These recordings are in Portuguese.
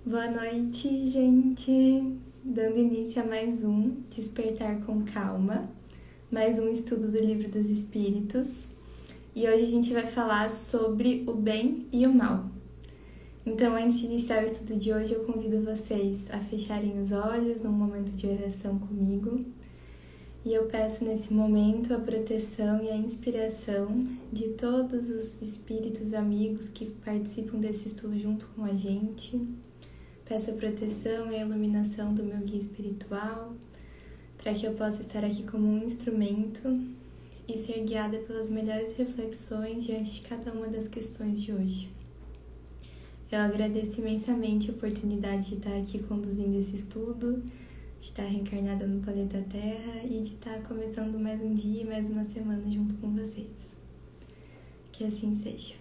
Boa noite, gente! Dando início a mais um Despertar com Calma, mais um estudo do Livro dos Espíritos. E hoje a gente vai falar sobre o bem e o mal. Então, antes de iniciar o estudo de hoje, eu convido vocês a fecharem os olhos num momento de oração comigo. E eu peço nesse momento a proteção e a inspiração de todos os espíritos amigos que participam desse estudo junto com a gente. Peço a proteção e a iluminação do meu guia espiritual, para que eu possa estar aqui como um instrumento e ser guiada pelas melhores reflexões diante de cada uma das questões de hoje. Eu agradeço imensamente a oportunidade de estar aqui conduzindo esse estudo, de estar reencarnada no planeta Terra e de estar começando mais um dia e mais uma semana junto com vocês. Que assim seja.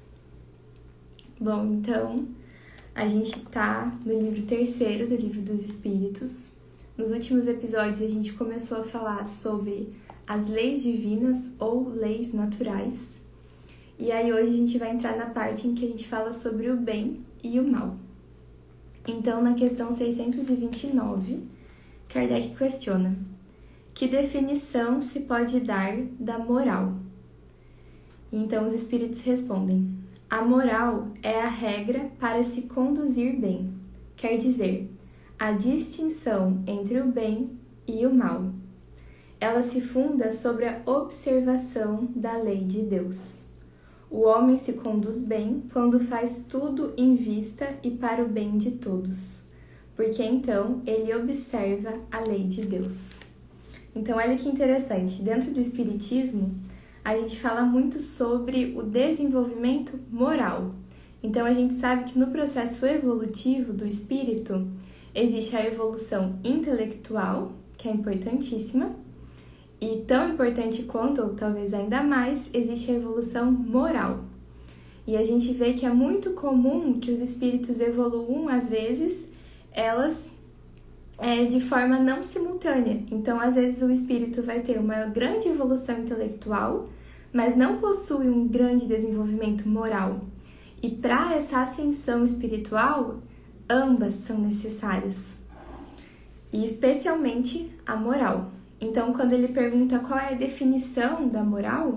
Bom, então, a gente está no livro 3º do Livro dos Espíritos. Nos últimos episódios a gente começou a falar sobre as leis divinas ou leis naturais. E aí hoje a gente vai entrar na parte em que a gente fala sobre o bem e o mal. Então, na questão 629, Kardec questiona: que definição se pode dar da moral? Então os espíritos respondem: a moral é a regra para se conduzir bem, quer dizer, a distinção entre o bem e o mal. Ela se funda sobre a observação da lei de Deus. O homem se conduz bem quando faz tudo em vista e para o bem de todos, porque então ele observa a lei de Deus. Então, olha que interessante, dentro do Espiritismo, a gente fala muito sobre o desenvolvimento moral. Então, a gente sabe que no processo evolutivo do espírito, existe a evolução intelectual, que é importantíssima, e tão importante quanto, ou talvez ainda mais, existe a evolução moral. E a gente vê que é muito comum que os espíritos evoluam, às vezes, elas de forma não simultânea. Então, às vezes, o espírito vai ter uma grande evolução intelectual, mas não possui um grande desenvolvimento moral. E para essa ascensão espiritual, ambas são necessárias. E especialmente a moral. Então, quando ele pergunta qual é a definição da moral,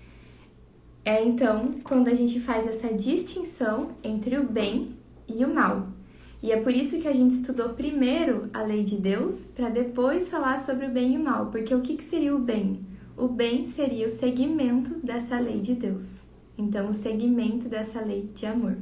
então quando a gente faz essa distinção entre o bem e o mal. E é por isso que a gente estudou primeiro a lei de Deus, para depois falar sobre o bem e o mal. Porque o que seria o bem? O bem seria o seguimento dessa lei de Deus. Então, o seguimento dessa lei de amor.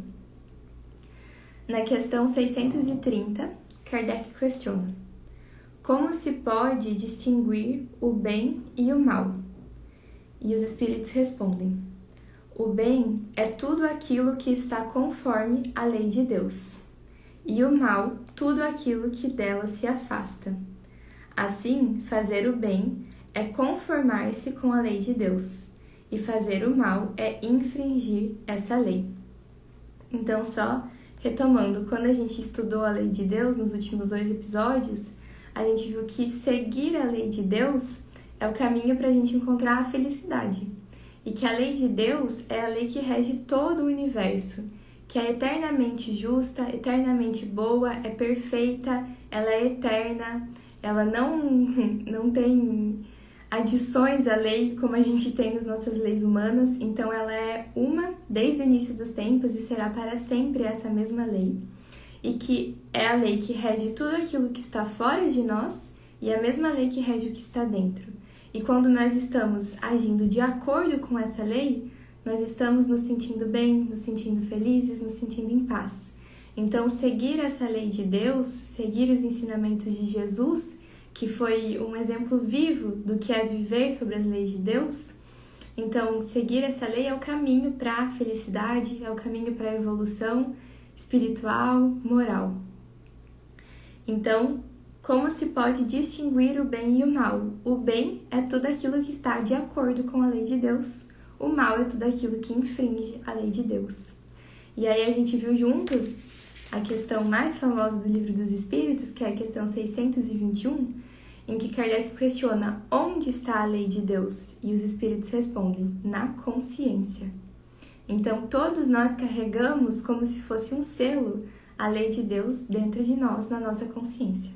Na questão 630, Kardec questiona: como se pode distinguir o bem e o mal? E os espíritos respondem: o bem é tudo aquilo que está conforme a lei de Deus, e o mal, tudo aquilo que dela se afasta. Assim, fazer o bem é conformar-se com a lei de Deus, e fazer o mal é infringir essa lei. Então, só retomando, quando a gente estudou a lei de Deus nos últimos 2 episódios, a gente viu que seguir a lei de Deus é o caminho para a gente encontrar a felicidade. E que a lei de Deus é a lei que rege todo o universo, que é eternamente justa, eternamente boa, é perfeita, ela é eterna, ela não tem adições à lei como a gente tem nas nossas leis humanas, então ela é uma desde o início dos tempos e será para sempre essa mesma lei. E que é a lei que rege tudo aquilo que está fora de nós e a mesma lei que rege o que está dentro. E quando nós estamos agindo de acordo com essa lei, nós estamos nos sentindo bem, nos sentindo felizes, nos sentindo em paz. Então, seguir essa lei de Deus, seguir os ensinamentos de Jesus, que foi um exemplo vivo do que é viver sobre as leis de Deus, então, seguir essa lei é o caminho para a felicidade, é o caminho para a evolução espiritual, moral. Então, como se pode distinguir o bem e o mal? O bem é tudo aquilo que está de acordo com a lei de Deus, o mal é tudo aquilo que infringe a lei de Deus. E aí a gente viu juntos a questão mais famosa do Livro dos Espíritos, que é a questão 621, em que Kardec questiona onde está a lei de Deus, e os espíritos respondem: na consciência. Então, todos nós carregamos como se fosse um selo a lei de Deus dentro de nós, na nossa consciência.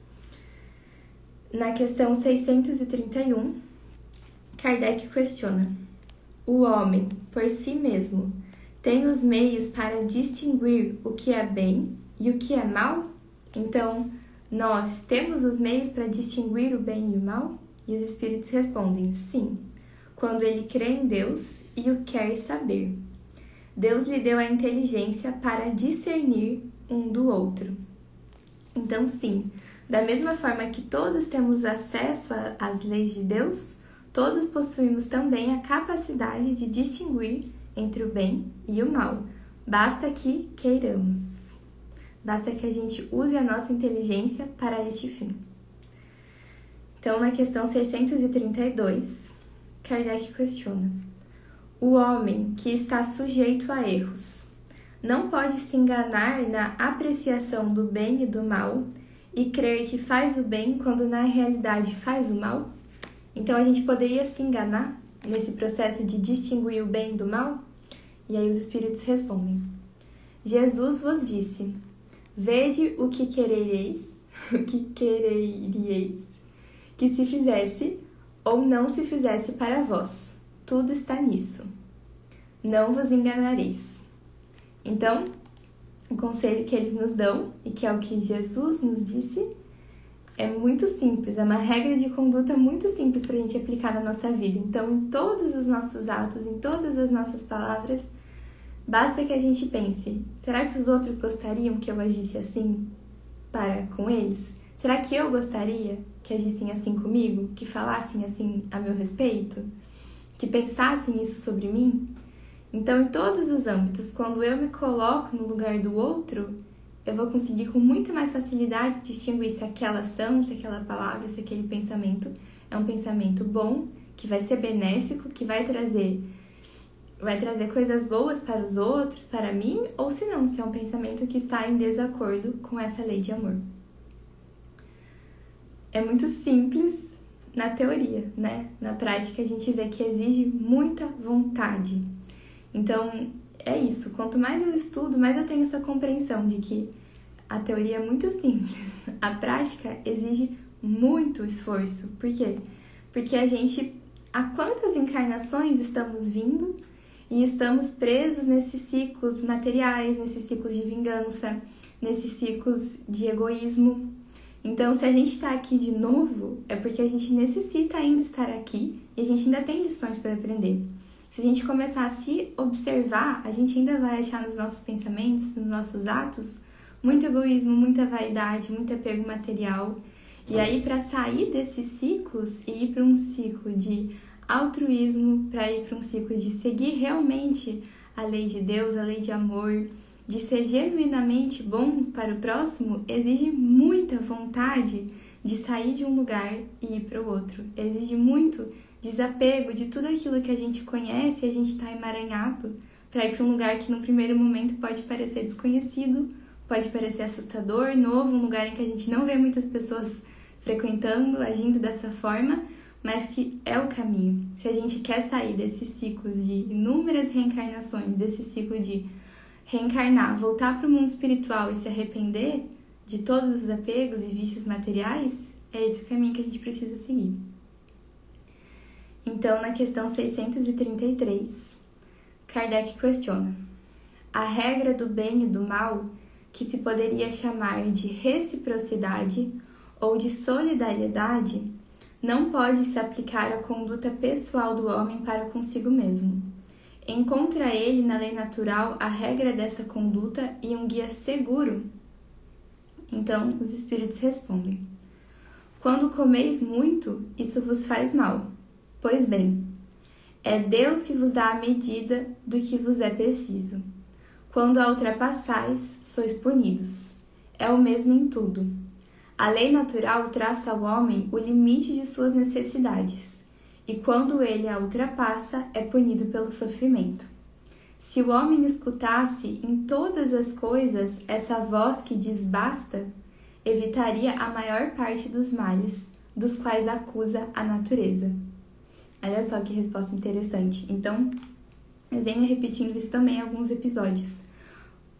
Na questão 631, Kardec questiona: o homem, por si mesmo, tem os meios para distinguir o que é bem e o que é mal? Então, nós temos os meios para distinguir o bem e o mal? E os espíritos respondem: sim, quando ele crê em Deus e o quer saber. Deus lhe deu a inteligência para discernir um do outro. Então, sim, da mesma forma que todos temos acesso às leis de Deus, todos possuímos também a capacidade de distinguir entre o bem e o mal. Basta que queiramos. Basta que a gente use a nossa inteligência para este fim. Então, na questão 632, Kardec questiona: o homem que está sujeito a erros não pode se enganar na apreciação do bem e do mal e crer que faz o bem quando na realidade faz o mal? Então a gente poderia se enganar nesse processo de distinguir o bem do mal? E aí os espíritos respondem: Jesus vos disse: vede o que querereis, que se fizesse ou não se fizesse para vós. Tudo está nisso. Não vos enganareis. Então, o conselho que eles nos dão, e que é o que Jesus nos disse, é muito simples, é uma regra de conduta muito simples para a gente aplicar na nossa vida. Então, em todos os nossos atos, em todas as nossas palavras, basta que a gente pense: será que os outros gostariam que eu agisse assim para com eles? Será que eu gostaria que agissem assim comigo? Que falassem assim a meu respeito? Que pensassem isso sobre mim? Então, em todos os âmbitos, quando eu me coloco no lugar do outro, eu vou conseguir com muita mais facilidade distinguir se aquela ação, se aquela palavra, se aquele pensamento é um pensamento bom, que vai ser benéfico, que vai trazer coisas boas para os outros, para mim, ou se não, se é um pensamento que está em desacordo com essa lei de amor. É muito simples na teoria, né? Na prática a gente vê que exige muita vontade. Então, é isso. Quanto mais eu estudo, mais eu tenho essa compreensão de que a teoria é muito simples. A prática exige muito esforço. Por quê? Porque há quantas encarnações estamos vindo e estamos presos nesses ciclos materiais, nesses ciclos de vingança, nesses ciclos de egoísmo. Então, se a gente está aqui de novo, é porque a gente necessita ainda estar aqui e a gente ainda tem lições para aprender. Se a gente começar a se observar, a gente ainda vai achar nos nossos pensamentos, nos nossos atos, muito egoísmo, muita vaidade, muito apego material. E aí, para sair desses ciclos e ir para um ciclo de altruísmo, para ir para um ciclo de seguir realmente a lei de Deus, a lei de amor, de ser genuinamente bom para o próximo, exige muita vontade de sair de um lugar e ir para o outro. Exige muito desapego de tudo aquilo que a gente conhece e a gente está emaranhado para ir para um lugar que no primeiro momento pode parecer desconhecido, pode parecer assustador, novo, um lugar em que a gente não vê muitas pessoas frequentando, agindo dessa forma, mas que é o caminho. Se a gente quer sair desses ciclos de inúmeras reencarnações, desse ciclo de reencarnar, voltar para o mundo espiritual e se arrepender de todos os apegos e vícios materiais, é esse o caminho que a gente precisa seguir. Então, na questão 633, Kardec questiona: a regra do bem e do mal, que se poderia chamar de reciprocidade ou de solidariedade, não pode se aplicar à conduta pessoal do homem para consigo mesmo. Encontra ele na lei natural a regra dessa conduta e um guia seguro? Então, os espíritos respondem: quando comeis muito, isso vos faz mal. Pois bem, é Deus que vos dá a medida do que vos é preciso. Quando a ultrapassais, sois punidos. É o mesmo em tudo. A lei natural traça ao homem o limite de suas necessidades, e quando ele a ultrapassa, é punido pelo sofrimento. Se o homem escutasse em todas as coisas essa voz que diz basta, evitaria a maior parte dos males, dos quais acusa a natureza. Olha só que resposta interessante. Então, eu venho repetindo isso também em alguns episódios.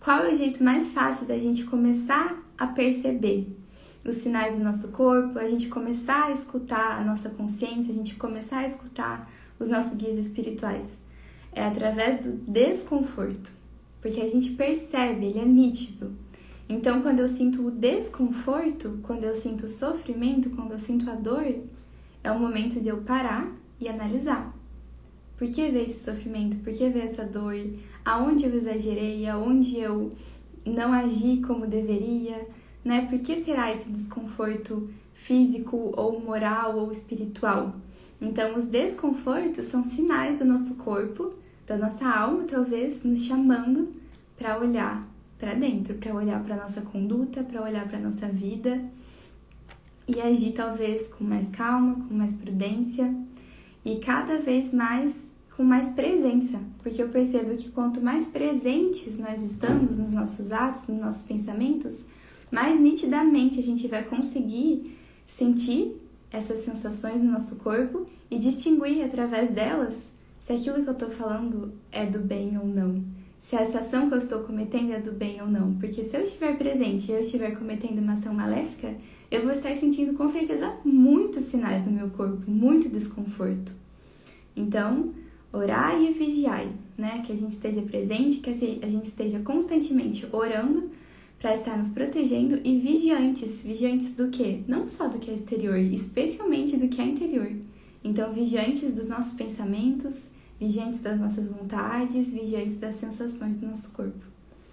qual é o jeito mais fácil da gente começar a perceber os sinais do nosso corpo, a gente começar a escutar a nossa consciência, a gente começar a escutar os nossos guias espirituais? É através do desconforto, porque a gente percebe, ele é nítido. Então, quando eu sinto o desconforto, quando eu sinto o sofrimento, quando eu sinto a dor, é o momento de eu parar e analisar. Por que veio esse sofrimento? Por que veio essa dor? Aonde eu exagerei? Aonde eu não agi como deveria? Né? Por que será esse desconforto físico ou moral ou espiritual? Então, os desconfortos são sinais do nosso corpo, da nossa alma, talvez, nos chamando para olhar para dentro, para olhar para nossa conduta, para olhar para nossa vida e agir talvez com mais calma, com mais prudência e cada vez mais com mais presença, porque eu percebo que quanto mais presentes nós estamos nos nossos atos, nos nossos pensamentos, mais nitidamente a gente vai conseguir sentir essas sensações no nosso corpo e distinguir através delas se aquilo que eu estou falando é do bem ou não, se essa ação que eu estou cometendo é do bem ou não, porque se eu estiver presente e eu estiver cometendo uma ação maléfica, eu vou estar sentindo com certeza muitos sinais no meu corpo, muito desconforto. Então, orai e vigiai, né? Que a gente esteja presente, que a gente esteja constantemente orando para estar nos protegendo e vigiantes. Vigiantes do quê? Não só do que é exterior, especialmente do que é interior. Então, vigiantes dos nossos pensamentos, vigiantes das nossas vontades, vigiantes das sensações do nosso corpo.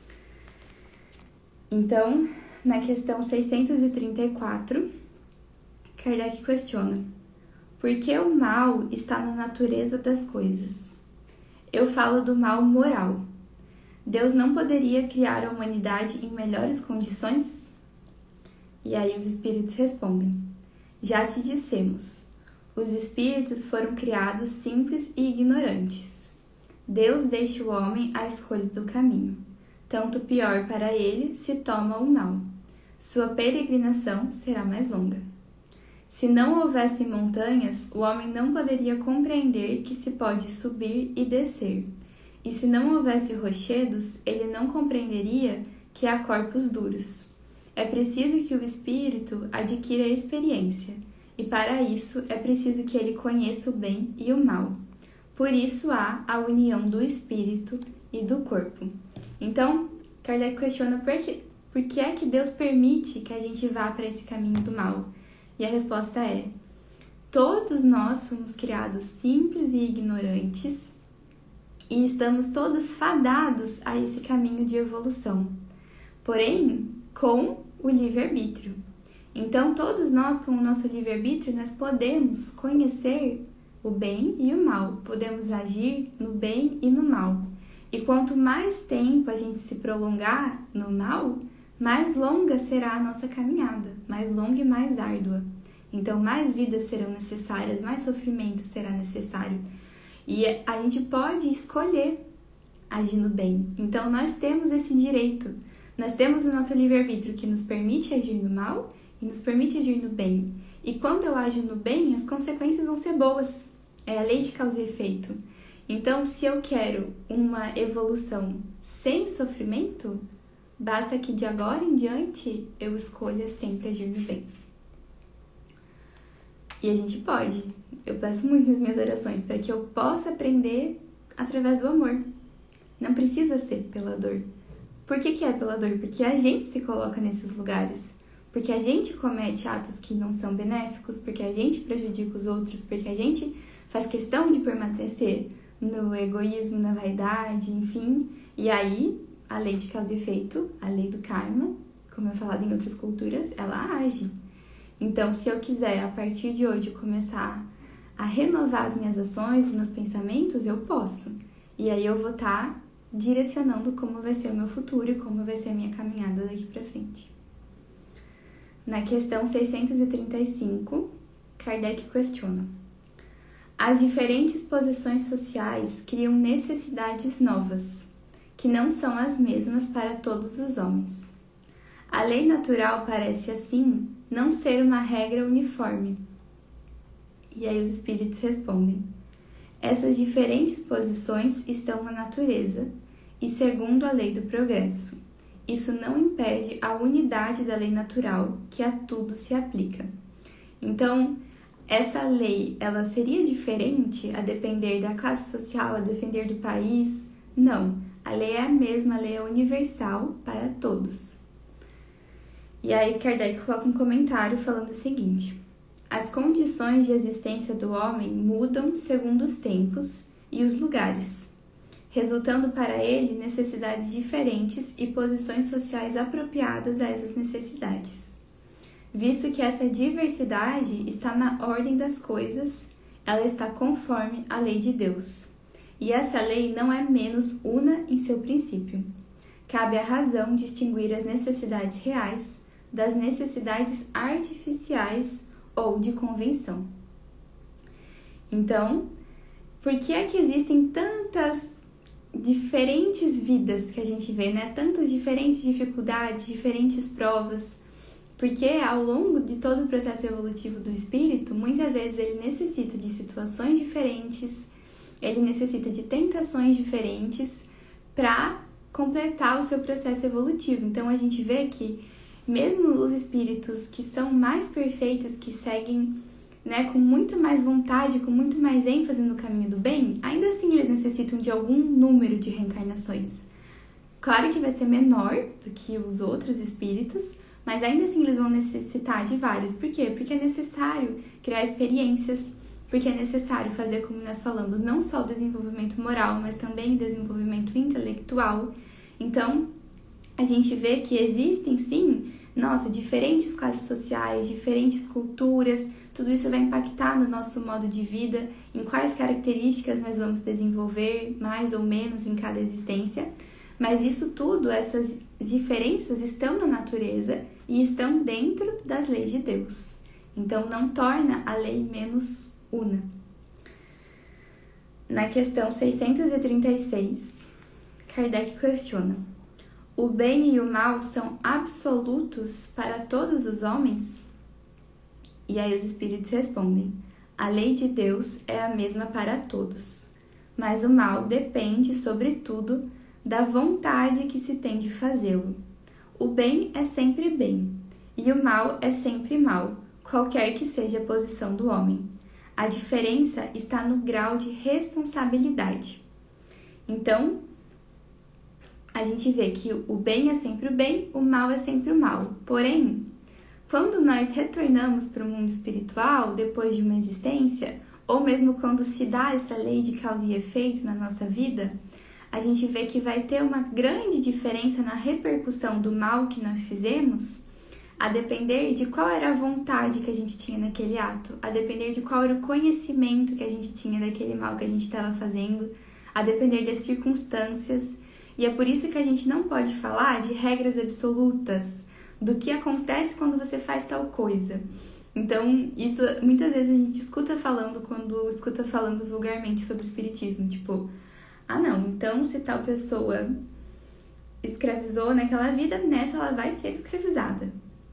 Então, na questão 634, Kardec questiona: por que o mal está na natureza das coisas? Eu falo do mal moral. Deus não poderia criar a humanidade em melhores condições? E aí os espíritos respondem: já te dissemos, os espíritos foram criados simples e ignorantes. Deus deixa o homem à escolha do caminho. Tanto pior para ele se toma o mal. Sua peregrinação será mais longa. Se não houvessem montanhas, o homem não poderia compreender que se pode subir e descer. E se não houvesse rochedos, ele não compreenderia que há corpos duros. É preciso que o espírito adquira experiência, e para isso é preciso que ele conheça o bem e o mal. Por isso há a união do espírito e do corpo. Então, Kardec questiona por que é que Deus permite que a gente vá para esse caminho do mal? E a resposta é: todos nós fomos criados simples e ignorantes e estamos todos fadados a esse caminho de evolução, porém com o livre-arbítrio. Então, todos nós, com o nosso livre-arbítrio, nós podemos conhecer o bem e o mal, podemos agir no bem e no mal. E quanto mais tempo a gente se prolongar no mal, mais longa será a nossa caminhada, mais longa e mais árdua. Então, mais vidas serão necessárias, mais sofrimento será necessário. E a gente pode escolher agir no bem. Então, nós temos esse direito. Nós temos o nosso livre-arbítrio que nos permite agir no mal e nos permite agir no bem. E quando eu ajo no bem, as consequências vão ser boas. É a lei de causa e efeito. Então, se eu quero uma evolução sem sofrimento, basta que de agora em diante eu escolha sempre agir no bem. E a gente pode. Eu peço muito nas minhas orações para que eu possa aprender através do amor. Não precisa ser pela dor. Por que é pela dor? Porque a gente se coloca nesses lugares. Porque a gente comete atos que não são benéficos, porque a gente prejudica os outros, porque a gente faz questão de permanecer no egoísmo, na vaidade, enfim. E aí, a lei de causa e efeito, a lei do karma, como é falado em outras culturas, ela age. Então, se eu quiser, a partir de hoje, começar a renovar as minhas ações, os meus pensamentos, eu posso. E aí eu vou estar direcionando como vai ser o meu futuro e como vai ser a minha caminhada daqui pra frente. Na questão 635, Kardec questiona: as diferentes posições sociais criam necessidades novas, que não são as mesmas para todos os homens. A lei natural parece, assim, não ser uma regra uniforme. E aí os espíritos respondem: essas diferentes posições estão na natureza e segundo a lei do progresso. Isso não impede a unidade da lei natural, que a tudo se aplica. Então, essa lei, ela seria diferente a depender da classe social, a depender do país? Não, a lei é a mesma, a lei é universal para todos. E aí Kardec coloca um comentário falando o seguinte: as condições de existência do homem mudam segundo os tempos e os lugares, resultando para ele necessidades diferentes e posições sociais apropriadas a essas necessidades. Visto que essa diversidade está na ordem das coisas, ela está conforme a lei de Deus. E essa lei não é menos una em seu princípio. Cabe à razão distinguir as necessidades reais das necessidades artificiais ou de convenção. Então, por que é que existem tantas diferentes vidas que a gente vê, né? Tantas diferentes dificuldades, diferentes provas? Porque ao longo de todo o processo evolutivo do espírito, muitas vezes ele necessita de situações diferentes, ele necessita de tentações diferentes para completar o seu processo evolutivo. Então a gente vê que mesmo os espíritos que são mais perfeitos, que seguem, né, com muito mais vontade, com muito mais ênfase no caminho do bem, ainda assim eles necessitam de algum número de reencarnações. Claro que vai ser menor do que os outros espíritos, mas ainda assim eles vão necessitar de vários. Por quê? Porque é necessário criar experiências, porque é necessário fazer, como nós falamos, não só o desenvolvimento moral, mas também o desenvolvimento intelectual. Então, a gente vê que existem, sim, diferentes classes sociais, diferentes culturas, tudo isso vai impactar no nosso modo de vida, em quais características nós vamos desenvolver mais ou menos em cada existência, mas isso tudo, essas diferenças estão na natureza e estão dentro das leis de Deus. Então, não torna a lei menos una. Na questão 636, Kardec questiona: o bem e o mal são absolutos para todos os homens? E aí os espíritos respondem: a lei de Deus é a mesma para todos, mas o mal depende, sobretudo, da vontade que se tem de fazê-lo. O bem é sempre bem, e o mal é sempre mal, qualquer que seja a posição do homem. A diferença está no grau de responsabilidade. Então, a gente vê que o bem é sempre o bem, o mal é sempre o mal. Porém, quando nós retornamos para o mundo espiritual, depois de uma existência, ou mesmo quando se dá essa lei de causa e efeito na nossa vida, a gente vê que vai ter uma grande diferença na repercussão do mal que nós fizemos, a depender de qual era a vontade que a gente tinha naquele ato, a depender de qual era o conhecimento que a gente tinha daquele mal que a gente estava fazendo, a depender das circunstâncias. E é por isso que a gente não pode falar de regras absolutas, do que acontece quando você faz tal coisa. Então, isso muitas vezes a gente escuta falando vulgarmente sobre o espiritismo, tipo, não, então se tal pessoa escravizou naquela vida, nessa ela vai ser escravizada.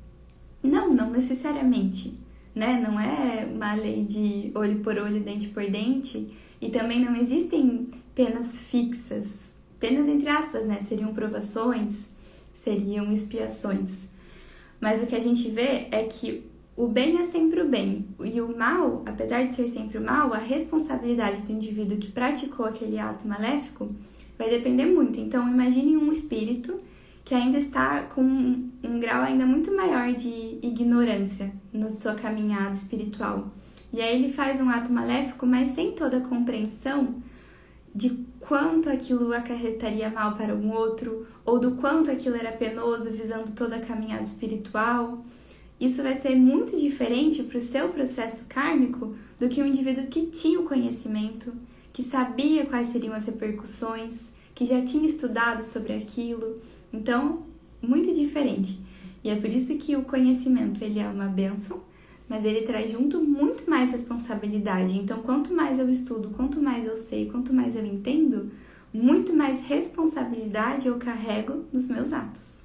Não necessariamente, né? Não é uma lei de olho por olho, dente por dente, e também não existem penas fixas. Penas entre aspas, né? Seriam provações, seriam expiações. Mas o que a gente vê é que o bem é sempre o bem, e o mal, apesar de ser sempre o mal, a responsabilidade do indivíduo que praticou aquele ato maléfico vai depender muito. Então, imagine um espírito que ainda está com um grau ainda muito maior de ignorância na sua caminhada espiritual. E aí ele faz um ato maléfico, mas sem toda a compreensão de quanto aquilo acarretaria mal para um outro, ou do quanto aquilo era penoso, visando toda a caminhada espiritual. Isso vai ser muito diferente para o seu processo kármico do que um indivíduo que tinha o conhecimento, que sabia quais seriam as repercussões, que já tinha estudado sobre aquilo. Então, muito diferente. E é por isso que o conhecimento ele é uma bênção, mas ele traz junto muito mais responsabilidade. Então, quanto mais eu estudo, quanto mais eu sei, quanto mais eu entendo, muito mais responsabilidade eu carrego nos meus atos.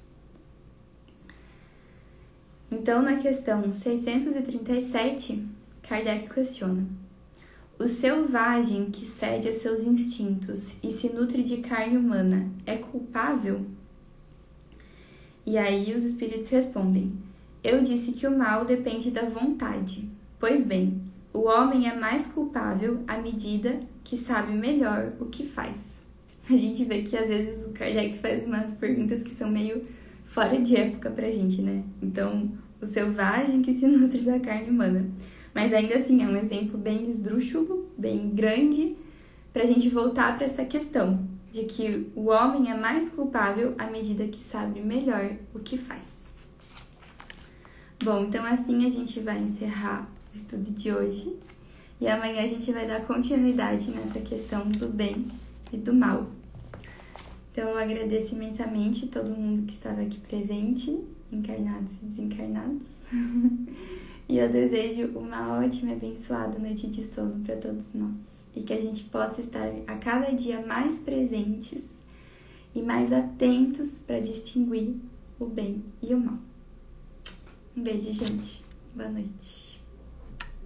Então, na questão 637, Kardec questiona: O selvagem que cede a seus instintos e se nutre de carne humana é culpável? E aí os espíritos respondem: eu disse que o mal depende da vontade. Pois bem, o homem é mais culpável à medida que sabe melhor o que faz. A gente vê que às vezes o Kardec faz umas perguntas que são meio fora de época pra gente, né? Então, o selvagem que se nutre da carne humana. Mas ainda assim, é um exemplo bem esdrúxulo, bem grande, pra gente voltar para essa questão de que o homem é mais culpável à medida que sabe melhor o que faz. Bom, então assim a gente vai encerrar o estudo de hoje e amanhã a gente vai dar continuidade nessa questão do bem e do mal. Então eu agradeço imensamente todo mundo que estava aqui presente, encarnados e desencarnados. E eu desejo uma ótima e abençoada noite de sono para todos nós. E que a gente possa estar a cada dia mais presentes e mais atentos para distinguir o bem e o mal. Um beijo, gente. Boa noite.